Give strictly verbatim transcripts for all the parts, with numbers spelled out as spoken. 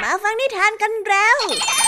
มาฟังนิทานกันแล้ว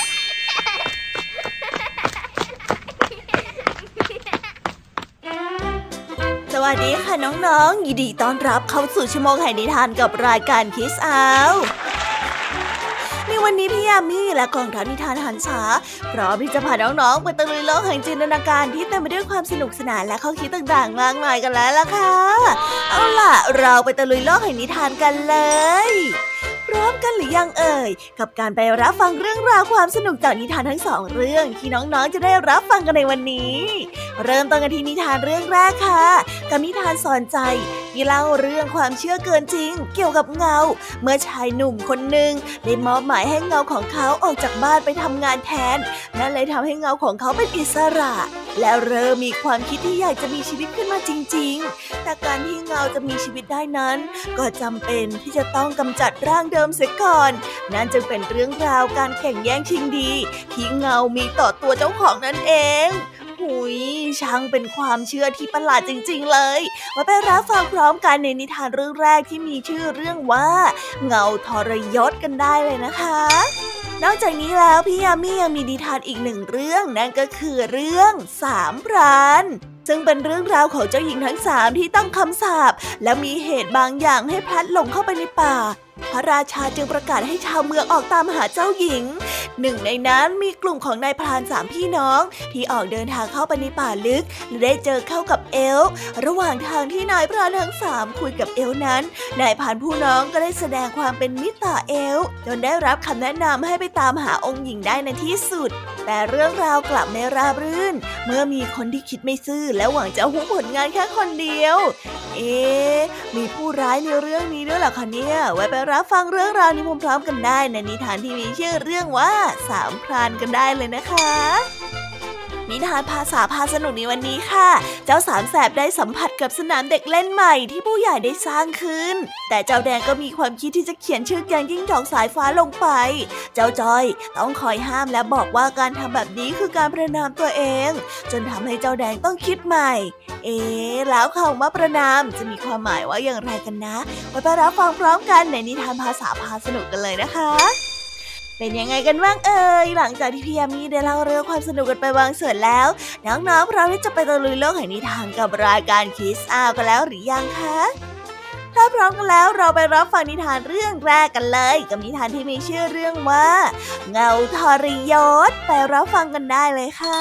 สวัสดีค่ะน้องๆยินดีต้อนรับเข้าสู่ชั่วโมงแห่งนิทานกับรายการ Kids Out ในวันนี้พี่ยามีและกองทัพนิทานหันษาพร้อมที่จะพาน้องๆไปตะลุยโลกแห่งจินตนาการที่เต็มไปด้วยความสนุกสนานและข้อคิดต่างๆมากมายกันแล้วล่ะค่ะเอาล่ะเราไปตะลุยโลกแห่งนิทานกันเลยพร้อมกันหรือยังเอ่ยกับการไปรับฟังเรื่องราวความสนุกจากนิทานทั้งสองเรื่องที่น้องๆจะได้รับฟังกันในวันนี้เริ่มต้นกันที่นิทานเรื่องแรกค่ะกับนิทานสอนใจที่เล่าเรื่องความเชื่อเกินจริงเกี่ยวกับเงาเมื่อชายหนุ่มคนหนึ่งได้มอบหมายให้เงาของเขาออกจากบ้านไปทำงานแทนนั่นเลยทำให้เงาของเขาเป็นอิสระและเริ่มมีความคิดที่อยากจะมีชีวิตขึ้นมาจริงๆแต่การที่เงาจะมีชีวิตได้นั้นก็จำเป็นที่จะต้องกำจัดร่างเดิมเสียก่อนนั่นจึงเป็นเรื่องราวการแข่งแย่งชิงดีที่เงามีต่อตัวเจ้าของนั่นเองหุยช่างเป็นความเชื่อที่ประหลาดจริงๆเลยมาไปรับฟังพร้อมกันในนิทานเรื่องแรกที่มีชื่อเรื่องว่าเงาทรยศกันได้เลยนะคะนอกจากนี้แล้วพี่ยามียังมีนิทานอีกหนึ่งเรื่องนั่นก็คือเรื่องสามพรานซึ่งเป็นเรื่องราวของเจ้าหญิงทั้งสามที่ต้องคำสาปและมีเหตุบางอย่างให้พลัดหลงเข้าไปในป่าพระราชาจึงประกาศให้ชาวเมืองออกตามหาเจ้าหญิงหนึ่งในนั้นมีกลุ่มของนายพรานสามพี่น้องที่ออกเดินทางเข้าไปในป่าลึกและได้เจอเข้ากับเอลฟ์ระหว่างทางที่นายพรานทั้งสามคุยกับเอลฟ์นั้นนายพรานผู้น้องก็ได้แสดงความเป็นมิตรต่อเอลฟ์จนได้รับคำแนะนำให้ไปตามหาองค์หญิงได้ในที่สุดแต่เรื่องราวกลับไม่ราบรื่นเมื่อมีคนที่คิดไม่ซื่อและหวังจะหุบผลงานแค่คนเดียวเอ๊ะมีผู้ร้ายในเรื่องนี้ด้วยเหรอคะเนี่ยไว้ไปรับฟังเรื่องราวนี้พร้อมๆกันได้ในนิทานที่มีชื่อเรื่องว่าสามพรานกันได้เลยนะคะนิทานภาษาพาสนุกในวันนี้ค่ะเจ้าสามแสบได้สัมผัสกับสนามเด็กเล่นใหม่ที่ผู้ใหญ่ได้สร้างขึ้นแต่เจ้าแดงก็มีความคิดที่จะเขียนชื่อแกงจิ้งจอกสายฟ้าลงไปเจ้าจอยต้องคอยห้ามและบอกว่าการทำแบบนี้คือการประณามตัวเองจนทำให้เจ้าแดงต้องคิดใหม่เอ๊ะแล้วคำว่าประณามจะมีความหมายว่าอย่างไรกันนะไปรับฟังพร้อมกันในนิทานภาษาพาสนุกกันเลยนะคะเป็นยังไงกันบ้างเอ่ยหลังจากที่พี่ยามีได้เล่าเรื่องความสนุกกันไปบางส่วนแล้วน้องๆพร้อมที่จะไปตะลุยโลกแห่งนิทานกับรายการ Kids Out กันแล้วหรือยังคะถ้าพร้อมกันแล้วเราไปรับฟังนิทานเรื่องแรกกันเลยกับนิทานที่มีชื่อเรื่องว่าเงาทรยศไปรับฟังกันได้เลยค่ะ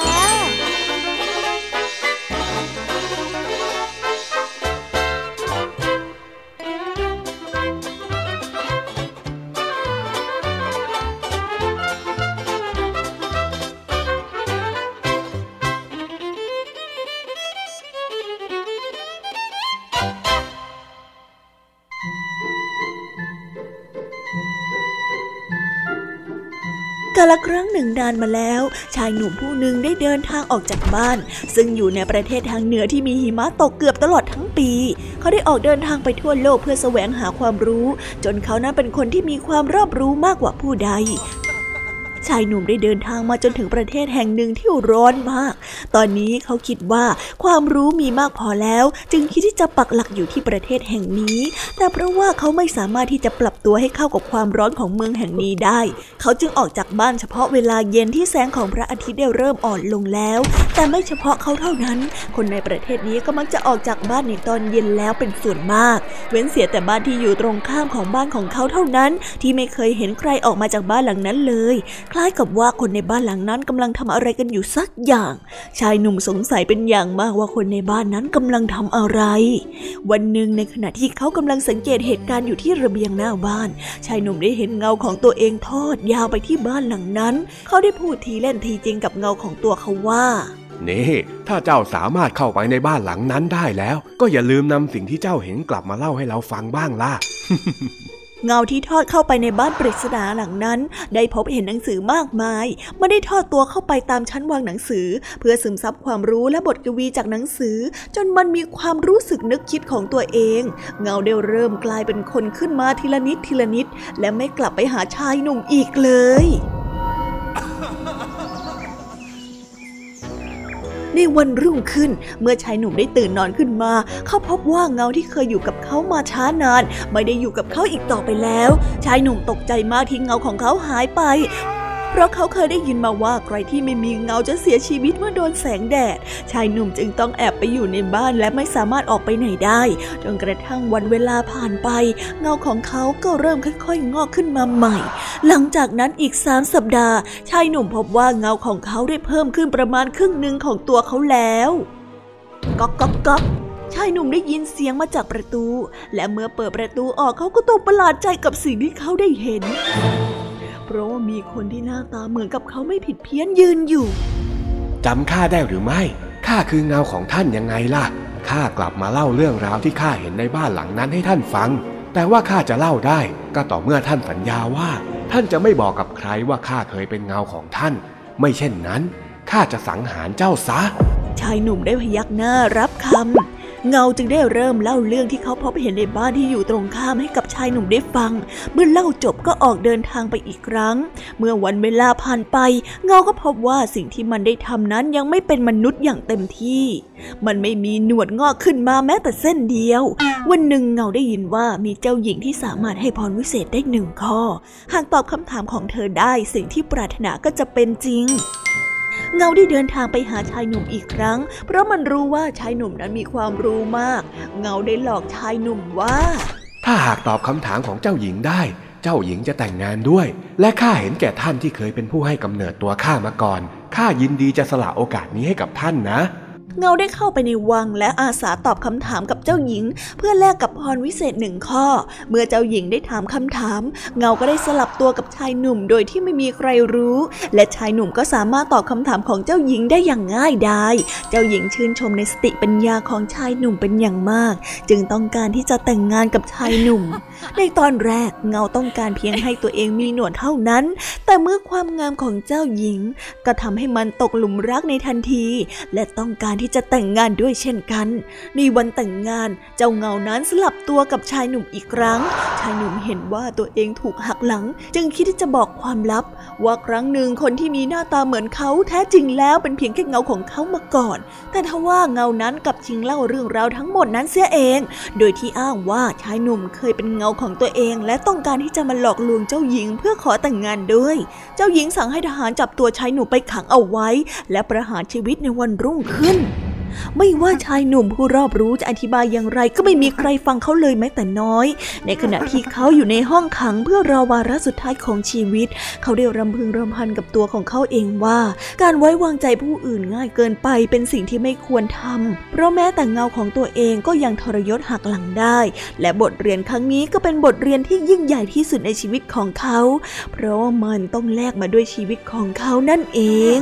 กาลครั้งหนึ่งนานมาแล้วชายหนุ่มผู้หนึ่งได้เดินทางออกจากบ้านซึ่งอยู่ในประเทศทางเหนือที่มีหิมะตกเกือบตลอดทั้งปีเขาได้ออกเดินทางไปทั่วโลกเพื่อแสวงหาความรู้จนเขานั้นเป็นคนที่มีความรอบรู้มากกว่าผู้ใดชายหนุ่มได้เดินทางมาจนถึงประเทศแห่งหนึ่งที่ร้อนมากตอนนี้เขาคิดว่าความรู้มีมากพอแล้วจึงคิดที่จะปักหลักอยู่ที่ประเทศแห่งนี้แต่เพราะว่าเขาไม่สามารถที่จะปรับตัวให้เข้ากับความร้อนของเมืองแห่งนี้ได้เขาจึงออกจากบ้านเฉพาะเวลาเย็นที่แสงของพระอาทิตย์ได้เริ่มอ่อนลงแล้วแต่ไม่เฉพาะเขาเท่านั้นคนในประเทศนี้ก็มักจะออกจากบ้านในตอนเย็นแล้วเป็นส่วนมากเว้นเสียแต่บ้านที่อยู่ตรงข้ามของบ้านของเขาเท่านั้นที่ไม่เคยเห็นใครออกมาจากบ้านหลังนั้นเลยคล้ายกับว่าคนในบ้านหลังนั้นกำลังทำอะไรกันอยู่สักอย่างชายหนุ่มสงสัยเป็นอย่างมากว่าคนในบ้านนั้นกำลังทำอะไรวันหนึ่งในขณะที่เขากำลังสังเกตเหตุการณ์อยู่ที่ระเบียงหน้าบ้านชายหนุ่มได้เห็นเงาของตัวเองทอดยาวไปที่บ้านหลังนั้นเขาได้พูดทีเล่นทีจริงกับเงาของตัวเขาว่านี่ถ้าเจ้าสามารถเข้าไปในบ้านหลังนั้นได้แล้วก็อย่าลืมนำสิ่งที่เจ้าเห็นกลับมาเล่าให้เราฟังบ้างล่ะเงาที่ทอดเข้าไปในบ้านปริศนาหลังนั้นได้พบเห็นหนังสือมากมายมันได้ทอดตัวเข้าไปตามชั้นวางหนังสือเพื่อซึมซับความรู้และบทกวีจากหนังสือจนมันมีความรู้สึกนึกคิดของตัวเองเงาได้เริ่มกลายเป็นคนขึ้นมาทีละนิดทีละนิดและไม่กลับไปหาชายหนุ่มอีกเลยในในวันรุ่งขึ้นเมื่อชายหนุ่มได้ตื่นนอนขึ้นมาเขาพบว่าเงาที่เคยอยู่กับเขามาช้านานไม่ได้อยู่กับเขาอีกต่อไปแล้วชายหนุ่มตกใจมากที่เงาของเขาหายไปเพราะเขาเคยได้ยินมาว่าใครที่ไม่มีเงาจะเสียชีวิตเมื่อโดนแสงแดดชายหนุ่มจึงต้องแอบไปอยู่ในบ้านและไม่สามารถออกไปไหนได้จนกระทั่งวันเวลาผ่านไปเงาของเขาก็เริ่มค่อยๆงอกขึ้นมาใหม่หลังจากนั้นอีกสามสัปดาห์ชายหนุ่มพบว่าเงาของเขาได้เพิ่มขึ้นประมาณครึ่งหนึ่งของตัวเขาแล้วก๊อกก๊อกก๊อกชายหนุ่มได้ยินเสียงมาจากประตูและเมื่อเปิดประตูออกเขาก็ตกประหลาดใจกับสิ่งที่เขาได้เห็นเพราะว่ามีคนที่หน้าตาเหมือนกับเขาไม่ผิดเพี้ยนยืนอยู่จำข้าได้หรือไม่ข้าคือเงาของท่านยังไงล่ะข้ากลับมาเล่าเรื่องราวที่ข้าเห็นในบ้านหลังนั้นให้ท่านฟังแต่ว่าข้าจะเล่าได้ก็ต่อเมื่อท่านสัญญาว่าท่านจะไม่บอกกับใครว่าข้าเคยเป็นเงาของท่านไม่เช่นนั้นข้าจะสังหารเจ้าซะชายหนุ่มได้พยักหน้ารับคำเงาจึงได้เริ่มเล่าเรื่องที่เขาพบเห็นในบ้านที่อยู่ตรงข้ามให้กับชายหนุ่มได้ฟังเมื่อเล่าจบก็ออกเดินทางไปอีกครั้งเมื่อวันเวลาผ่านไปเงาก็พบว่าสิ่งที่มันได้ทำนั้นยังไม่เป็นมนุษย์อย่างเต็มที่มันไม่มีหนวดงอกขึ้นมาแม้แต่เส้นเดียววันหนึ่งเงาได้ยินว่ามีเจ้าหญิงที่สามารถให้พรวิเศษได้หนึ่งข้อหากตอบคำถามของเธอได้สิ่งที่ปรารถนาก็จะเป็นจริงเงาได้เดินทางไปหาชายหนุ่มอีกครั้งเพราะมันรู้ว่าชายหนุ่มนั้นมีความรู้มากเงาได้หลอกชายหนุ่มว่าถ้าหากตอบคำถามของเจ้าหญิงได้เจ้าหญิงจะแต่งงานด้วยและข้าเห็นแก่ท่านที่เคยเป็นผู้ให้กำเนิดตัวข้ามาก่อนข้ายินดีจะสละโอกาสนี้ให้กับท่านนะเงาได้เข้าไปในวังและอาสาตอบคำถามกับเจ้าหญิงเพื่อแลกกับพรวิเศษหนึ่งข้อเมื่อเจ้าหญิงได้ถามคำถามเงาก็ได้สลับตัวกับชายหนุ่มโดยที่ไม่มีใครรู้และชายหนุ่มก็สามารถตอบคำถามของเจ้าหญิงได้อย่างง่ายดายเจ้าหญิงชื่นชมในสติปัญญาของชายหนุ่มเป็นอย่างมากจึงต้องการที่จะแต่งงานกับชายหนุ่มในตอนแรกเงาต้องการเพียงให้ตัวเองมีหนวดเท่านั้นแต่เมื่อความงามของเจ้าหญิงก็ทำให้มันตกหลุมรักในทันทีและต้องการที่จะแต่งงานด้วยเช่นกันในวันแต่งงานเจ้าเงานั้นสลับตัวกับชายหนุ่มอีกครั้งชายหนุ่มเห็นว่าตัวเองถูกหักหลังจึงคิดที่จะบอกความลับว่าครั้งหนึ่งคนที่มีหน้าตาเหมือนเขาแท้จริงแล้วเป็นเพียงแค่เงาของเขามาก่อนแต่ทว่าเงานั้นกลับชิงเล่าเรื่องราวทั้งหมดนั้นเสียเองโดยที่อ้างว่าชายหนุ่มเคยเป็นเงาของตัวเองและต้องการที่จะมาหลอกลวงเจ้าหญิงเพื่อขอแต่งงานด้วยเจ้าหญิงสั่งให้ทหารจับตัวชายหนุ่มไปขังเอาไว้และประหารชีวิตในวันรุ่งขึ้นไม่ว่าชายหนุ่มผู้รอบรู้จะอธิบายอย่างไรก็ไม่มีใครฟังเขาเลยแม้แต่น้อยในขณะที่เขาอยู่ในห้องขังเพื่อรอวาระสุดท้ายของชีวิตเขาได้รำพึงรำพันกับตัวของเขาเองว่าการไว้วางใจผู้อื่นง่ายเกินไปเป็นสิ่งที่ไม่ควรทำเพราะแม้แต่เงาของตัวเองก็ยังทรยศหักหลังได้และบทเรียนครั้งนี้ก็เป็นบทเรียนที่ยิ่งใหญ่ที่สุดในชีวิตของเขาเพราะว่ามันต้องแลกมาด้วยชีวิตของเขานั่นเอง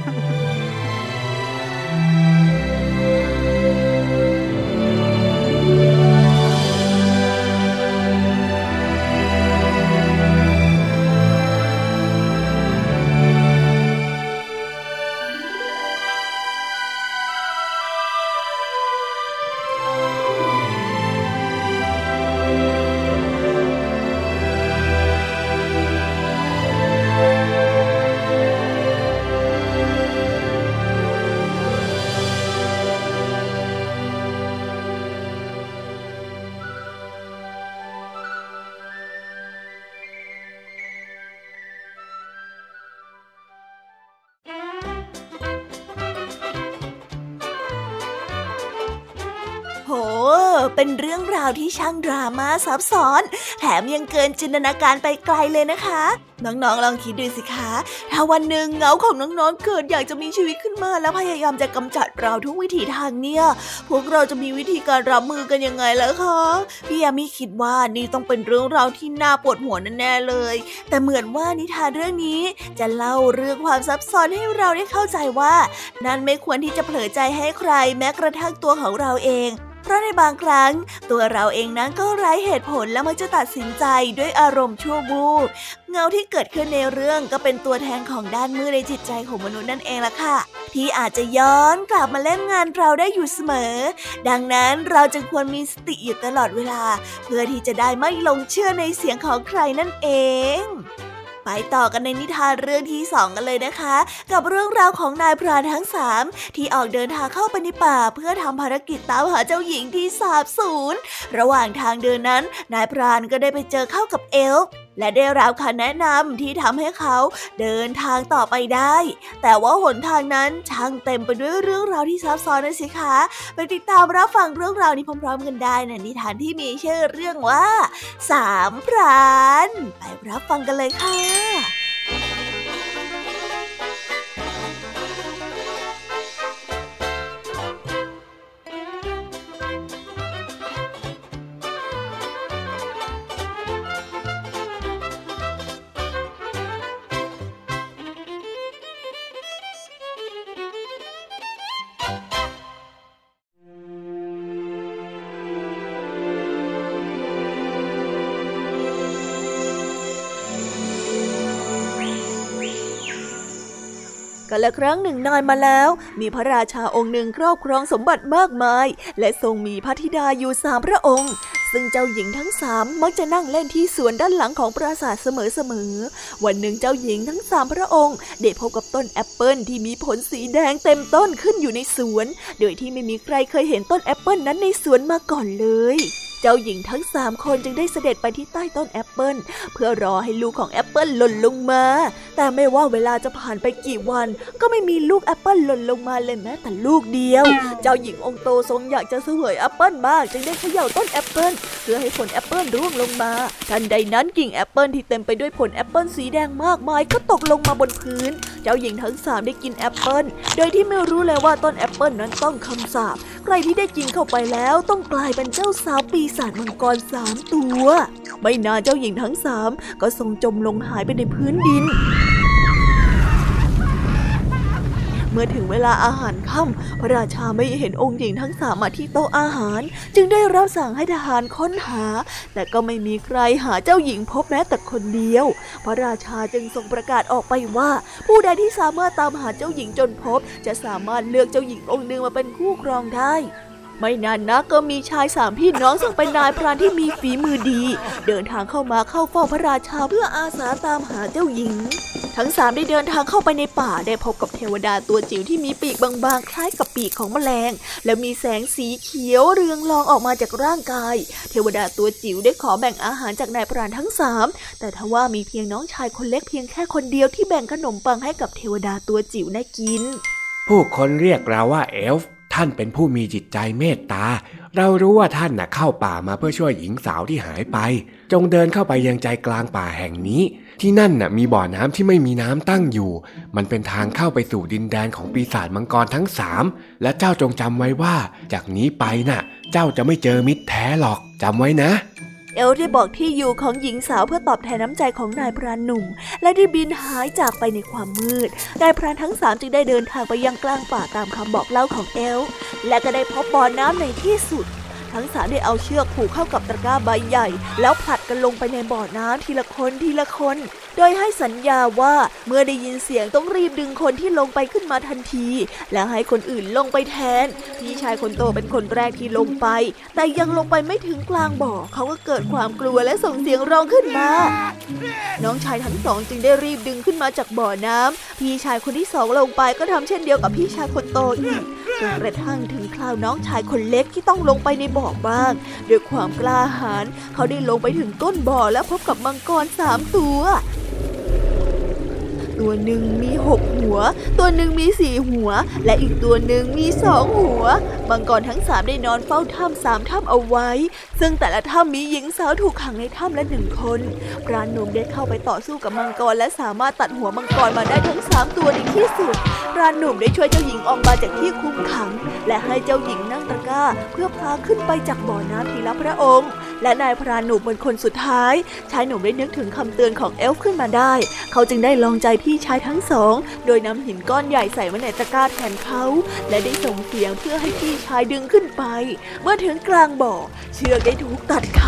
เป็นเรื่องราวที่ช่างดราม่าซับซ้อนแถมยังเกินจินตนาการไปไกลเลยนะคะน้องๆลองคิดดูสิคะถ้าวันหนึ่งเงาของน้องๆเกิดอยากจะมีชีวิตขึ้นมาแล้วพยายามจะกำจัดเราทุกวิถีทางเนี่ยพวกเราจะมีวิธีการรับมือกันยังไงล่ะคะพี่ยามีคิดว่านี่ต้องเป็นเรื่องราวที่น่าปวดหัวแน่ๆเลยแต่เหมือนว่านิทานเรื่องนี้จะเล่าเรื่องความซับซ้อนให้เราได้เข้าใจว่านั่นไม่ควรที่จะเผลอใจให้ใครแม้กระทั่งตัวของเราเองเพราะในบางครั้งตัวเราเองนั้นก็ไร้เหตุผลและมักจะตัดสินใจด้วยอารมณ์ชั่ววูบเงาที่เกิดขึ้นในเรื่องก็เป็นตัวแทนของด้านมืดในจิตใจของมนุษย์นั่นเองล่ะค่ะที่อาจจะย้อนกลับมาเล่นงานเราได้อยู่เสมอดังนั้นเราจึงควรมีสติอยู่ตลอดเวลาเพื่อที่จะได้ไม่หลงเชื่อในเสียงของใครนั่นเองไปต่อกันในนิทานเรื่องที่สองกันเลยนะคะกับเรื่องราวของนายพรานทั้งสามที่ออกเดินทางเข้าไปในป่าเพื่อทำภารกิจตามหาเจ้าหญิงที่สาบสูญระหว่างทางเดินนั้นนายพรานก็ได้ไปเจอเข้ากับเอลฟ์และได้รับคำแนะนำที่ทำให้เขาเดินทางต่อไปได้แต่ว่าหนทางนั้นช่างเต็มไปด้วยเรื่องราวที่ซับซ้อนนะสิคะไปติดตามรับฟังเรื่องราวนี้พร้อมๆกันได้ในนิทานที่มีชื่อเรื่องว่าสามพรานไปรับฟังกันเลยค่ะกันละครั้งหนึ่งนานมาแล้วมีพระราชาองค์หนึ่งครอบครองสมบัติมากมายและทรงมีพระธิดาอยู่สามพระองค์ซึ่งเจ้าหญิงทั้งสามมักจะนั่งเล่นที่สวนด้านหลังของปราสาทเสมอๆวันหนึ่งเจ้าหญิงทั้งสามพระองค์ได้พบกับต้นแอปเปิลที่มีผลสีแดงเต็มต้นขึ้นอยู่ในสวนโดยที่ไม่มีใครเคยเห็นต้นแอปเปิลนั้นในสวนมาก่อนเลยเจ้าหญิงทั้งสามคนจึงได้เสด็จไปที่ใต้ต้นแอปเปิลเพื่อรอให้ลูกของแอปเปิลหล่นลงมาแต่ไม่ว่าเวลาจะผ่านไปกี่วันก็ไม่มีลูกแอปเปิลหล่นลงมาเลยแม้แต่ลูกเดียวเจ้าหญิงองค์โตทรงอยากจะเสวยแอปเปิลมากจึงได้เขย่าต้นแอปเปิลเพื่อให้ผลแอปเปิลร่วงลงมาทันใดนั้นกิ่งแอปเปิลที่เต็มไปด้วยผลแอปเปิลสีแดงมากมายก็ตกลงมาบนพื้นเจ้าหญิงทั้งสามได้กินแอปเปิลโดยที่ไม่รู้เลยว่าต้นแอปเปิลนั้นต้องคำสาปใครที่ได้กินเข้าไปแล้วต้องกลายเป็นเจ้าสาวปีศาจมังกรสามตัวไม่นานเจ้าหญิงทั้งสามก็ทรงจมลงหายไปในพื้นดินเมื่อถึงเวลาอาหารค่ำพระราชาไม่เห็นองค์หญิงทั้งสามมาที่โต๊ะอาหารจึงได้รับสั่งให้ทหารค้นหาแต่ก็ไม่มีใครหาเจ้าหญิงพบแม้แต่คนเดียวพระราชาจึงทรงประกาศออกไปว่าผู้ใดที่สามารถตามหาเจ้าหญิงจนพบจะสามารถเลือกเจ้าหญิงองค์หนึ่งมาเป็นคู่ครองได้ไม่นานนักก็มีชายสามพี่น้องซึ่งเป็นนายพรานที่มีฝีมือดีเดินทางเข้ามาเข้าเฝ้าพระราชาเพื่ออาสาตามหาเจ้าหญิงทั้งสามได้เดินทางเข้าไปในป่าได้พบกับเทวดาตัวจิ๋วที่มีปีกบางๆคล้ายกับปีกของแมลงและมีแสงสีเขียวเรืองรองออกมาจากร่างกายเทวดาตัวจิ๋วได้ขอแบ่งอาหารจากนายพรานทั้งสามแต่ทว่ามีเพียงน้องชายคนเล็กเพียงแค่คนเดียวที่แบ่งขนมปังให้กับเทวดาตัวจิ๋วได้กินผู้คนเรียกเราว่าเอลฟ์ท่านเป็นผู้มีจิตใจเมตตาเรารู้ว่าท่านน่ะเข้าป่ามาเพื่อช่วยหญิงสาวที่หายไปจงเดินเข้าไปยังใจกลางป่าแห่งนี้ที่นั่นน่ะมีบ่อน้ำที่ไม่มีน้ำตั้งอยู่มันเป็นทางเข้าไปสู่ดินแดนของปีศาจมังกรทั้งสามและเจ้าจงจำไว้ว่าจากนี้ไปน่ะเจ้าจะไม่เจอมิตรแท้หรอกจำไว้นะเอลได้บอกที่อยู่ของหญิงสาวเพื่อตอบแทนน้ำใจของนายพรานหนุ่มและได้บินหายจากไปในความมืดนายพรานทั้งสามจึงได้เดินทางไปยังกลางป่าตามคำบอกเล่าของเอลและก็ได้พบบ่อน้ำในที่สุดทั้งสามได้เอาเชือกผูกเข้ากับตะกร้าใบใหญ่แล้วผลัดกันลงไปในบ่อน้ำทีละคนทีละคนโดยให้สัญญาว่าเมื่อได้ยินเสียงต้องรีบดึงคนที่ลงไปขึ้นมาทันทีและให้คนอื่นลงไปแทนพี่ชายคนโตเป็นคนแรกที่ลงไปแต่ยังลงไปไม่ถึงกลางบ่อเขาก็เกิดความกลัวและส่งเสียงร้องขึ้นมาน้องชายทั้งสองจึงได้รีบดึงขึ้นมาจากบ่อน้ำพี่ชายคนที่สองลงไปก็ทำเช่นเดียวกับพี่ชายคนโตอีกจนกระทั่งถึงคราวน้องชายคนเล็กที่ต้องลงไปในบ่อบ้างด้วยความกล้าหาญเขาได้ลงไปถึงก้นบ่อและพบกับมังกรสามตัวตัวหนึ่งมีหกหัวตัวหนึ่งมีสี่หัวและอีกตัวหนึ่งมีสองหัวมังกรทั้งสามได้นอนเฝ้าถ้ำสามถ้ำเอาไว้ซึ่งแต่ละถ้ำมีหญิงสาวถูกขังในถ้ำละหนึ่งคนพรานหนุ่มได้เข้าไปต่อสู้กับมังกรและสามารถตัดหัวมังกรมาได้ทั้งสามตัวในที่สุดพรานหนุ่มได้ช่วยเจ้าหญิงออกมาจากที่คุมขังและให้เจ้าหญิงนั่งตะกร้าเพื่อพาขึ้นไปจากบ่อน้ำทีละพระองค์และนายพรานหนุ่มเป็นคนสุดท้ายชายหนุ่มได้นึกถึงคำเตือนของเอลฟ์ขึ้นมาได้เขาจึงได้ลองใจพี่ชายทั้งสองโดยนำหินก้อนใหญ่ใส่ไว้ในตะกร้าแทนเขาและได้ส่งเสียงเพื่อให้พี่ชายดึงขึ้นไปเมื่อถึงกลางบ่อเชือกได้ถูกตัดขาด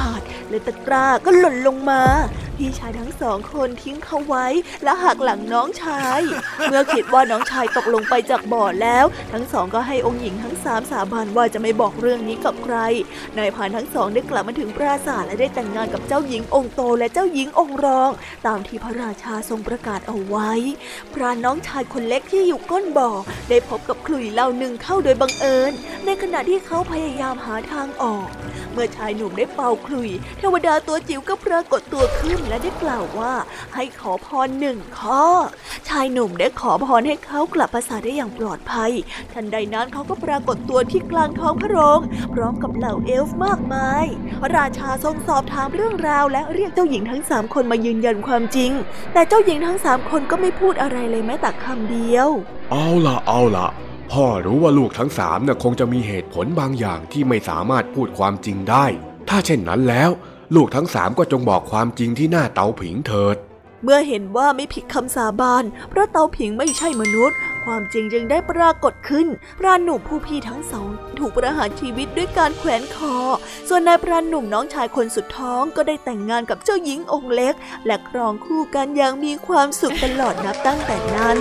และตะกร้าก็หล่นลงมาพี่ชายทั้งสองคนทิ้งเขาไว้และหักหลังน้องชายเมื่อคิดว่าน้องชายตกลงไปจากบ่อแล้วทั้งสองก็ให้องค์หญิงทั้งสามสาบานว่าจะไม่บอกเรื่องนี้กับใครนายพรานทั้งสองได้กลับมาถึงปราสาทและได้แต่งงานกับเจ้าหญิงองค์โตและเจ้าหญิงองค์รองตามที่พระราชาทรงประกาศเอาไว้พรานน้องชายคนเล็กที่อยู่ก้นบ่อได้พบกับขลุ่ยเหล่าหนึ่งเข้าโดยบังเอิญในขณะที่เขาพยายามหาทางออกเมื่อชายหนุ่มได้เป่าขลุ่ยเทวดาตัวจิ๋วก็ปรากฏตัวขึ้นและได้กล่าวว่าให้ขอพรหนึ่งข้อชายหนุ่มได้ขอพรให้เขากลับปราสาทได้อย่างปลอดภัยทันใดนั้นเขาก็ปรากฏตัวที่กลางท้องพระโรงพร้อมกับเหล่าเอลฟ์มากมายพระราชาทรงสอบถามเรื่องราวและเรียกเจ้าหญิงทั้งสามคนมายืนยันความจริงแต่เจ้าหญิงทั้งสามคนก็ไม่พูดอะไรเลยแม้แต่คำเดียวเอาล่ะเอาล่ะพ่อรู้ว่าลูกทั้งสามน่ะคงจะมีเหตุผลบางอย่างที่ไม่สามารถพูดความจริงได้ถ้าเช่นนั้นแล้วลูกทั้งสามก็จงบอกความจริงที่หน้าเตาผิงเถิดเมื่อเห็นว่าไม่ผิดคำสาบานเพราะเตาผิงไม่ใช่มนุษย์ความจริงจึงได้ปรากฏขึ้นพรานหนุ่มผู้พี่ทั้งสองถูกประหารชีวิตด้วยการแขวนคอส่วนนายพรานหนุ่มน้องชายคนสุดท้องก็ได้แต่งงานกับเจ้าหญิงองค์เล็กและครองคู่กันอย่างมีความสุขตลอดนับตั้งแต่นั้น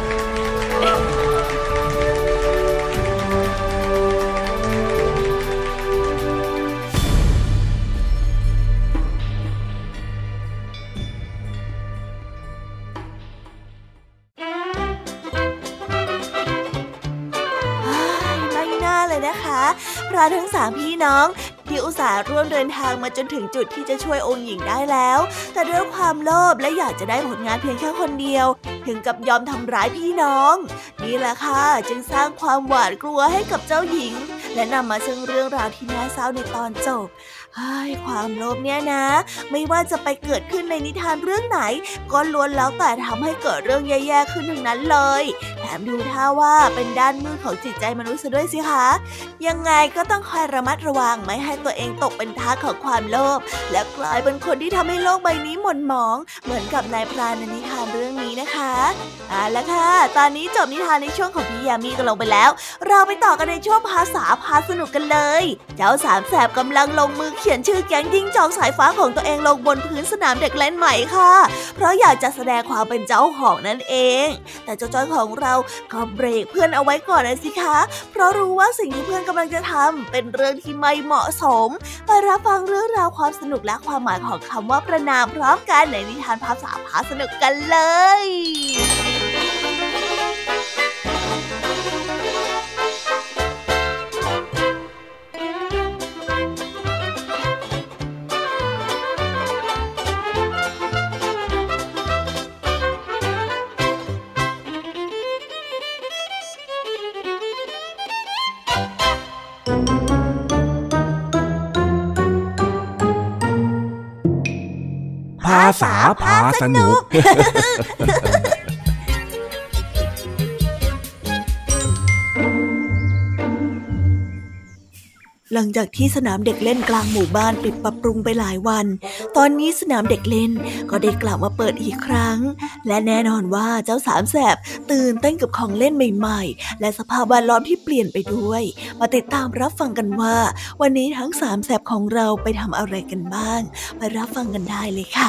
พระทั้งสามพี่น้องที่อุตส่าห์ร่วมเดินทางมาจนถึงจุดที่จะช่วยองค์หญิงได้แล้วแต่ด้วยความโลภและอยากจะได้ผลงานเพียงแค่คนเดียวถึงกับยอมทำร้ายพี่น้องนี่แหละค่ะจึงสร้างความหวาดกลัวให้กับเจ้าหญิงและนำมาซึ่งเรื่องราวที่น่าเศร้าในตอนจบเฮ้ยความโลภเนี่ยนะไม่ว่าจะไปเกิดขึ้นในนิทานเรื่องไหนก็ล้วนแล้วแต่ทำให้เกิดเรื่องแย่ๆขึ้นทั้งนั้นเลยแถมดูท่าว่าเป็นด้านมืดของจิตใจมนุษย์ซะด้วยสิคะยังไงก็ต้องคอยระมัดระวังไม่ให้ตัวเองตกเป็นทาสของความโลภและกลายเป็นคนที่ทำให้โลกใบนี้หม่นหมองเหมือนกับนายพรานในนิทานเรื่องนี้นะคะเอาละค่ะตอนนี้จบนิทานในช่วงของพี่ยามีกันลงไปแล้วเราไปต่อกันในช่วงภาษาพาสนุกกันเลยเจ้าสามแสบกำลังลงมือเขียนชื่อแก๊งจิ้งจอกสายฟ้าของตัวเองลงบนพื้นสนามเด็กเล่นใหม่ค่ะเพราะอยากจะแสดงความเป็นเจ้าของนั่นเองแต่เจ้าจ้อยของเราก็เบรกเพื่อนเอาไว้ก่อนนะสิคะเพราะรู้ว่าสิ่งที่เพื่อนกำลังจะทำเป็นเรื่องที่ไม่เหมาะสมไปรับฟังเรื่องราวความสนุกและความหมายของคำว่าประณามพร้อมกันในนิทานภาษาพาสนุกกันเลยภาษาพาสนุกหลังจากที่สนามเด็กเล่นกลางหมู่บ้านปิดปรับปรุงไปหลายวันตอนนี้สนามเด็กเล่นก็ได้กลับมาเปิดอีกครั้งและแน่นอนว่าเจ้าสามแสบตื่นเต้นกับของเล่นใหม่ๆและสภาพแวดล้อมที่เปลี่ยนไปด้วยมาติดตามรับฟังกันว่าวันนี้ทั้งสามแสบของเราไปทำอะไรกันบ้างไปรับฟังกันได้เลยค่ะ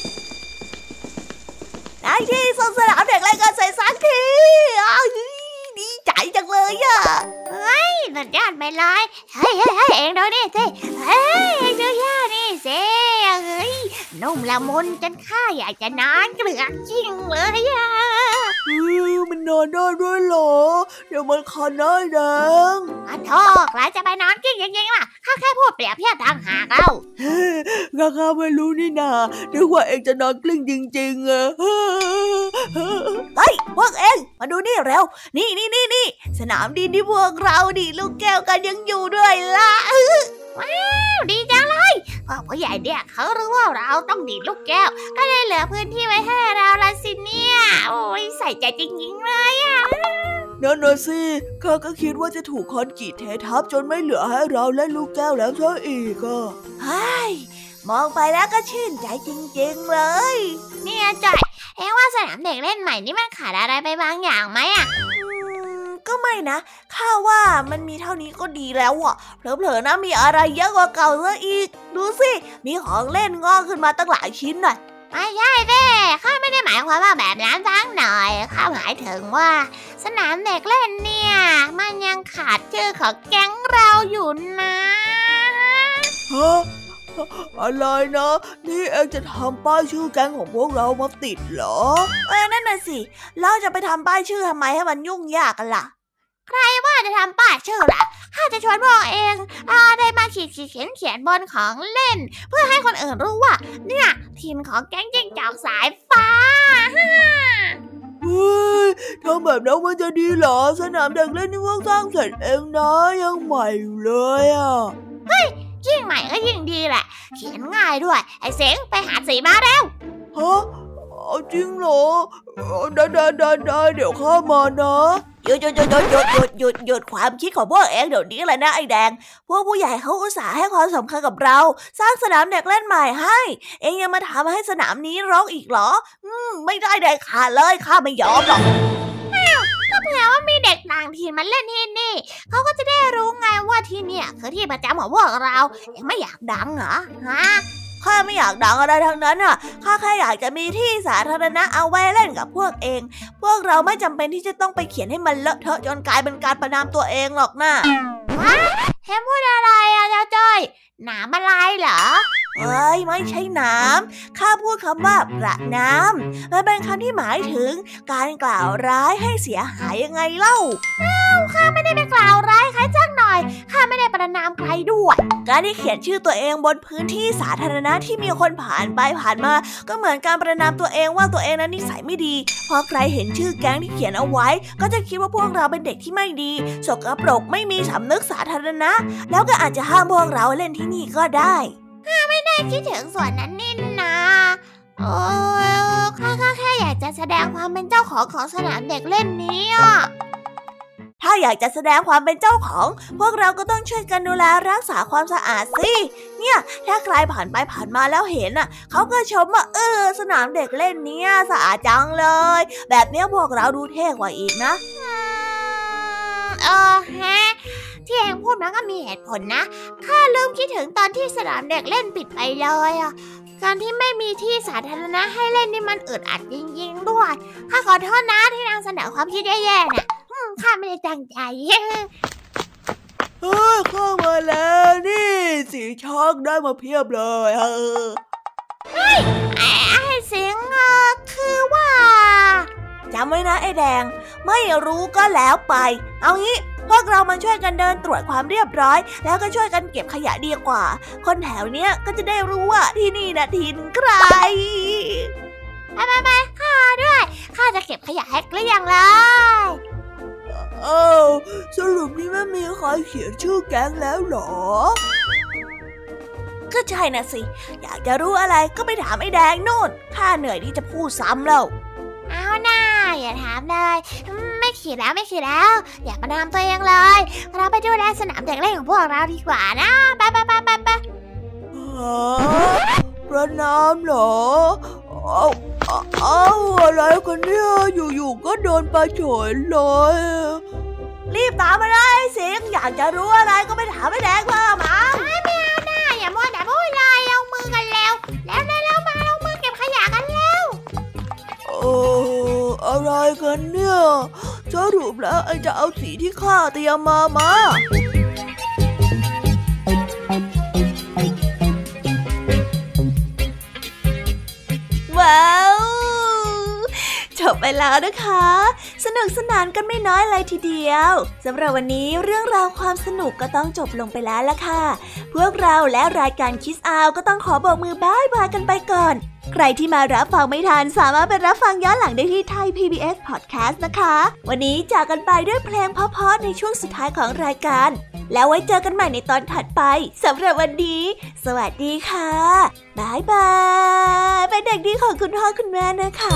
ได้ที่ส่งสนามเด็กเล่นกันเสร็จสักทีดีใจจังเลยอ่ะเฮ้ยสุดยอดไปเลยเฮ้ยเฮ้ยเฮ้ยเองดูนี่สิเฮ้ยดูย่านี่สิเฮ้ยนุ่มละมุนจนข้าอยากจะนอนเกลือกจริงเลยอ่ะเฮ้ยมันนอนได้ด้วยเหรอเดี๋ยวมันคอน้อยดังอ่ะโธ่ใครจะไปนอนกิ้งจริงๆล่ะข้าแค่พูดเปรียบเทียบต่างหากเล่าข้าข้าไม่รู้นี่นานึกว่าเองจะนอนกลิ้งจริงๆอะเฮ้ยพวกเองมาดูนี่เร็วนี่นี่นี่นี่สนามดินที่พวกเราดิลูกแก้วกันยังอยู่ด้วยล่ะว้าวดีจังเลยพ่อผู้ใหญ่เนี่ยเขารู้ว่าเราต้องดีดลูกแก้วก็เลยเหลือพื้นที่ไว้ให้เราละสิเนี่ยโอ้ยใส่ใจจริงๆเลยอ่ะนั่นน่ะสิข้าก็คิดว่าจะถูกคอนกรีตเททับจนไม่เหลือให้เราและลูกแก้วแล้วซะอีกอ่ะเฮ้ยมองไปแล้วก็ชื่นใจจริงๆเลยเนี่ยจ่อยเอ๊ะว่าสนามเด็กเล่นใหม่นี่มันขาดอะไรไปบางอย่างไหมอ่ะก็ก็ไม่นะข้าว่ามันมีเท่านี้ก็ดีแล้วอ่ะเผลอๆนะมีอะไรเยอะกว่าเก่าซะอีกดูสิมีของเล่นงอกขึ้นมาตั้งหลายชิ้นน่ะไม่ใช่เด้ข้าไม่ได้หมายความว่าแบบนั้นสักหน่อยข้าหมายถึงว่าสนามเด็กเล่นเนี่ยมันยังขาดชื่อของแก๊งเราอยู่นะฮะอะไรนะนี่เองจะทำป้ายชื่อแก๊งของพวกเรามาติดเหรอเออนั่นน่ะสิเราจะไปทำป้ายชื่อทำไมให้มันยุ่งยากกันล่ะใครว่าจะทำป้ายชื่อล่ะข้าจะชวนพวกเองเอาได้มาขีดขีดเขียนเขียนบนของเล่นเพื่อให้คนอื่นรู้ว่าเนี่ยทีมของแก๊งจิ้งจอกสายฟ้าเฮ้ยทำแบบนั้นมันจะดีเหรอสนามเด็กเล่นนี่เพิ่งสร้างเสร็จเองนะยังใหม่อยู่เลยอ่ะเฮ้ยยิ่งใหม่ก็ยิ่งดีแหละเขียนง่ายด้วยไอ้เสียงไปหาสีมาเร็วฮะจริงเหรอได้ได้ได้ได้เดี๋ยวข้ามานะหยุดหยุดหยุดหยุดหยุดหยุดหยุดหยุดความคิดของพวกเองเดี๋ยวนี้เลยนะไอ้แดงพวกผู้ใหญ่เขาอุตส่าห์ให้ความสำคัญกับเราสร้างสนามเด็กเล่นใหม่ให้เองยังมาทำให้สนามนี้รกอีกเหรออืมไม่ได้เด็ดขาดเลยข้าไม่ยอมหรอกก็เผื่อว่ามีเด็กต่างถิ่นมาเล่นที่นี่เขาก็จะได้รู้ไงว่าที่เนี่ยคือที่ประจำของพวกเราเองไม่อยากดังเหรอฮะข้าไม่อยากดังอะไรทั้งนั้นน่ะข้าแค่อยากจะมีที่สาธารณะเอาไว้เล่นกับพวกเองพวกเราไม่จำเป็นที่จะต้องไปเขียนให้มันเลอะเทอะจนกลายเป็นการประณามตัวเองหรอกนะฮะแค่พูดอะไรอ่ะเจ้าจ้อยหนามอะไรเหรอเอ้ยไม่ใช่หนามข้าพูดคำว่าประณามมันเป็นคำที่หมายถึงการกล่าวร้ายให้เสียหายยังไงเล่าอ้าวข้าไม่ได้ไปกล่าวร้ายใครสักหน่อยข้าไม่ได้ประณามใครด้วยการที่เขียนชื่อตัวเองบนพื้นที่สาธารณะที่มีคนผ่านไปผ่านมาก็เหมือนการประณามตัวเองว่าตัวเองนั้นนิสัยไม่ดีพอใครเห็นชื่อแก๊งที่เขียนเอาไว้ก็จะคิดว่าพวกเราเป็นเด็กที่ไม่ดีสกปรกไม่มีสำนึกสาธารณะแล้วก็อาจจะห้ามพวกเราเล่นที่นี่ก็ได้ข้าไม่ได้คิดถึงส่วนนั้นนี่นะโอ้ยข้าแค่อยากจะแสดงความเป็นเจ้าของของสนามเด็กเล่นนี้อ่ะถ้าอยากจะแสดงความเป็นเจ้าของพวกเราก็ต้องช่วยกันดูแลรักษาความสะอาดสิเนี่ยถ้าใครผ่านไปผ่านมาแล้วเห็นอ่ะเขาก็ชมว่าเออสนามเด็กเล่นเนี้ยสะอาดจังเลยแบบเนี้ยพวกเราดูเท่กว่าอีกนะเออฮะที่เองพูดมันก็มีเหตุผลนะข้าลืมคิดถึงตอนที่สนามเด็กเล่นปิดไปเลยอ่ะการที่ไม่มีที่สาธารณะให้เล่นนี่มันอึดอัดจริงๆด้วยข้าขอโทษนะที่นางเสนอความคิดแย่ๆน่ะข้าไม่ได้ตั้งใจเฮ้ยเข้ามาแล้วนี่สีช็อกได้มาเพียบเลยเออเฮ้ยไอ้เสียงคือว่าจำไว้นะไอ้แดงไม่รู้ก็แล้วไปเอางี้พวกเรามาช่วยกันเดินตรวจความเรียบร้อยแล้วก็ช่วยกันเก็บขยะดีกว่าคนแถวเนี้ยก็จะได้รู้ว่าที่นี่นะถิ่นใครไปไปไปข้าด้วยข้าจะเก็บขยะให้เกลี้ยงเลยเอ้าสรุปนี่ไม่มีใครเขียนชื่อแก๊งแล้วหรอก็ใช่นะสิอยากจะรู้อะไรก็ไปถามไอ้แดงโน่นข้าเหนื่อยที่จะพูดซ้ำแล้วเอาหน้าอย่าถามเลยไม่ขีดแล้วไม่ขีดแล้วอย่าประนามตัวเองเลยเราไปดูแลสนามเด็กเล่นของพวกเราดีกว่านะไปไปไปไปไปประนามเหรอเอาเอาอะไรกันเนี่ยอยู่ๆก็เดินไปเฉยเลยรีบตามมาเลยเสียงอยากจะรู้อะไรก็ไปถามไอ้แดงมามาไม่เอาหน้าอย่ามัวแต่พูดเลยเอามือกันแล้วแล้วแล้วมาเอามือเก็บขยะกันแล้วเอออะไรกันเนี่ยสรุปแล้วไอ้จะเอาสีที่ข้าเตรียมมามาว้าวจบไปแล้วนะคะสนุกสนานกันไม่น้อยเลยทีเดียวสำหรับวันนี้เรื่องราวความสนุกก็ต้องจบลงไปแล้วล่ะค่ะพวกเราและรายการ Kids Out ก็ต้องขอบอกมือบ๊ายบายกันไปก่อนใครที่มารับฟังไม่ทันสามารถไปรับฟังย้อนหลังได้ที่ไทย พี บี เอส Podcast นะคะวันนี้จากกันไปด้วยเพลงเพราะๆในช่วงสุดท้ายของรายการแล้วไว้เจอกันใหม่ในตอนถัดไปสำหรับวันนี้สวัสดีค่ะบ๊ายบายเป็นเด็กดีของคุณพ่อคุณแม่นะคะ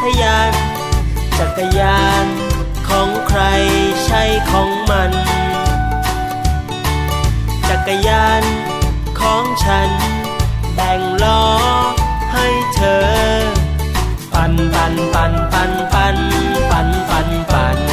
ยานจักรยานของใครใช่ของมันจักรยานของฉันแบ่งล้อให้เธอปั่นปั่นปั่นปั่นปั่นปั่นปั่นปั่น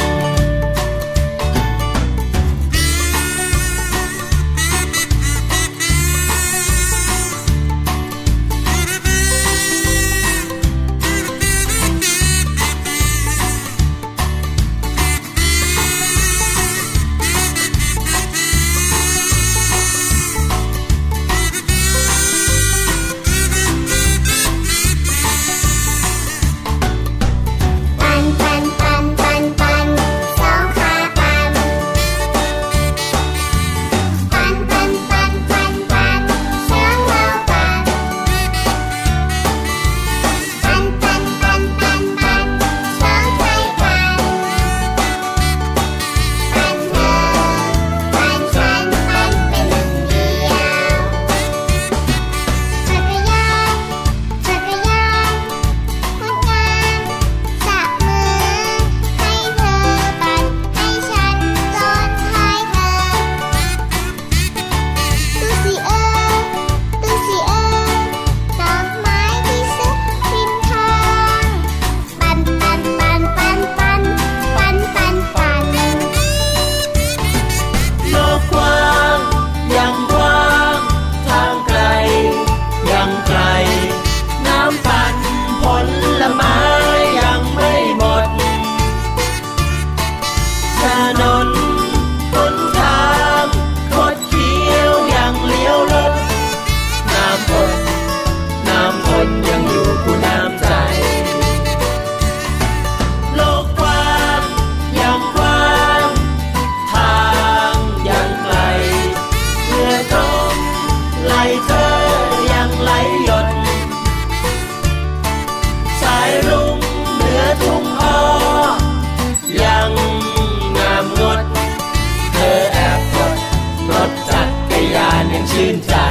ชื่นใจ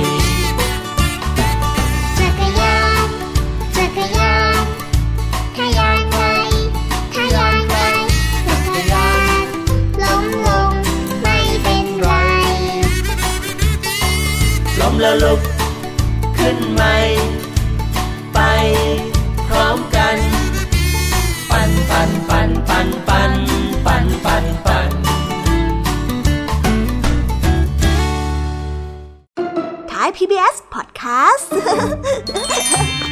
จักรยานจักรยานถ้ายางไงถ้ายางไงจักรยานล้มลงไม่เป็นไรล้มแล้วลุกขึ้นใหม่ไปพร้อมกันปั่นปั่นปั่นปั่นปั่นปั่นปั่นปั่น Thai พี บี เอส Podcast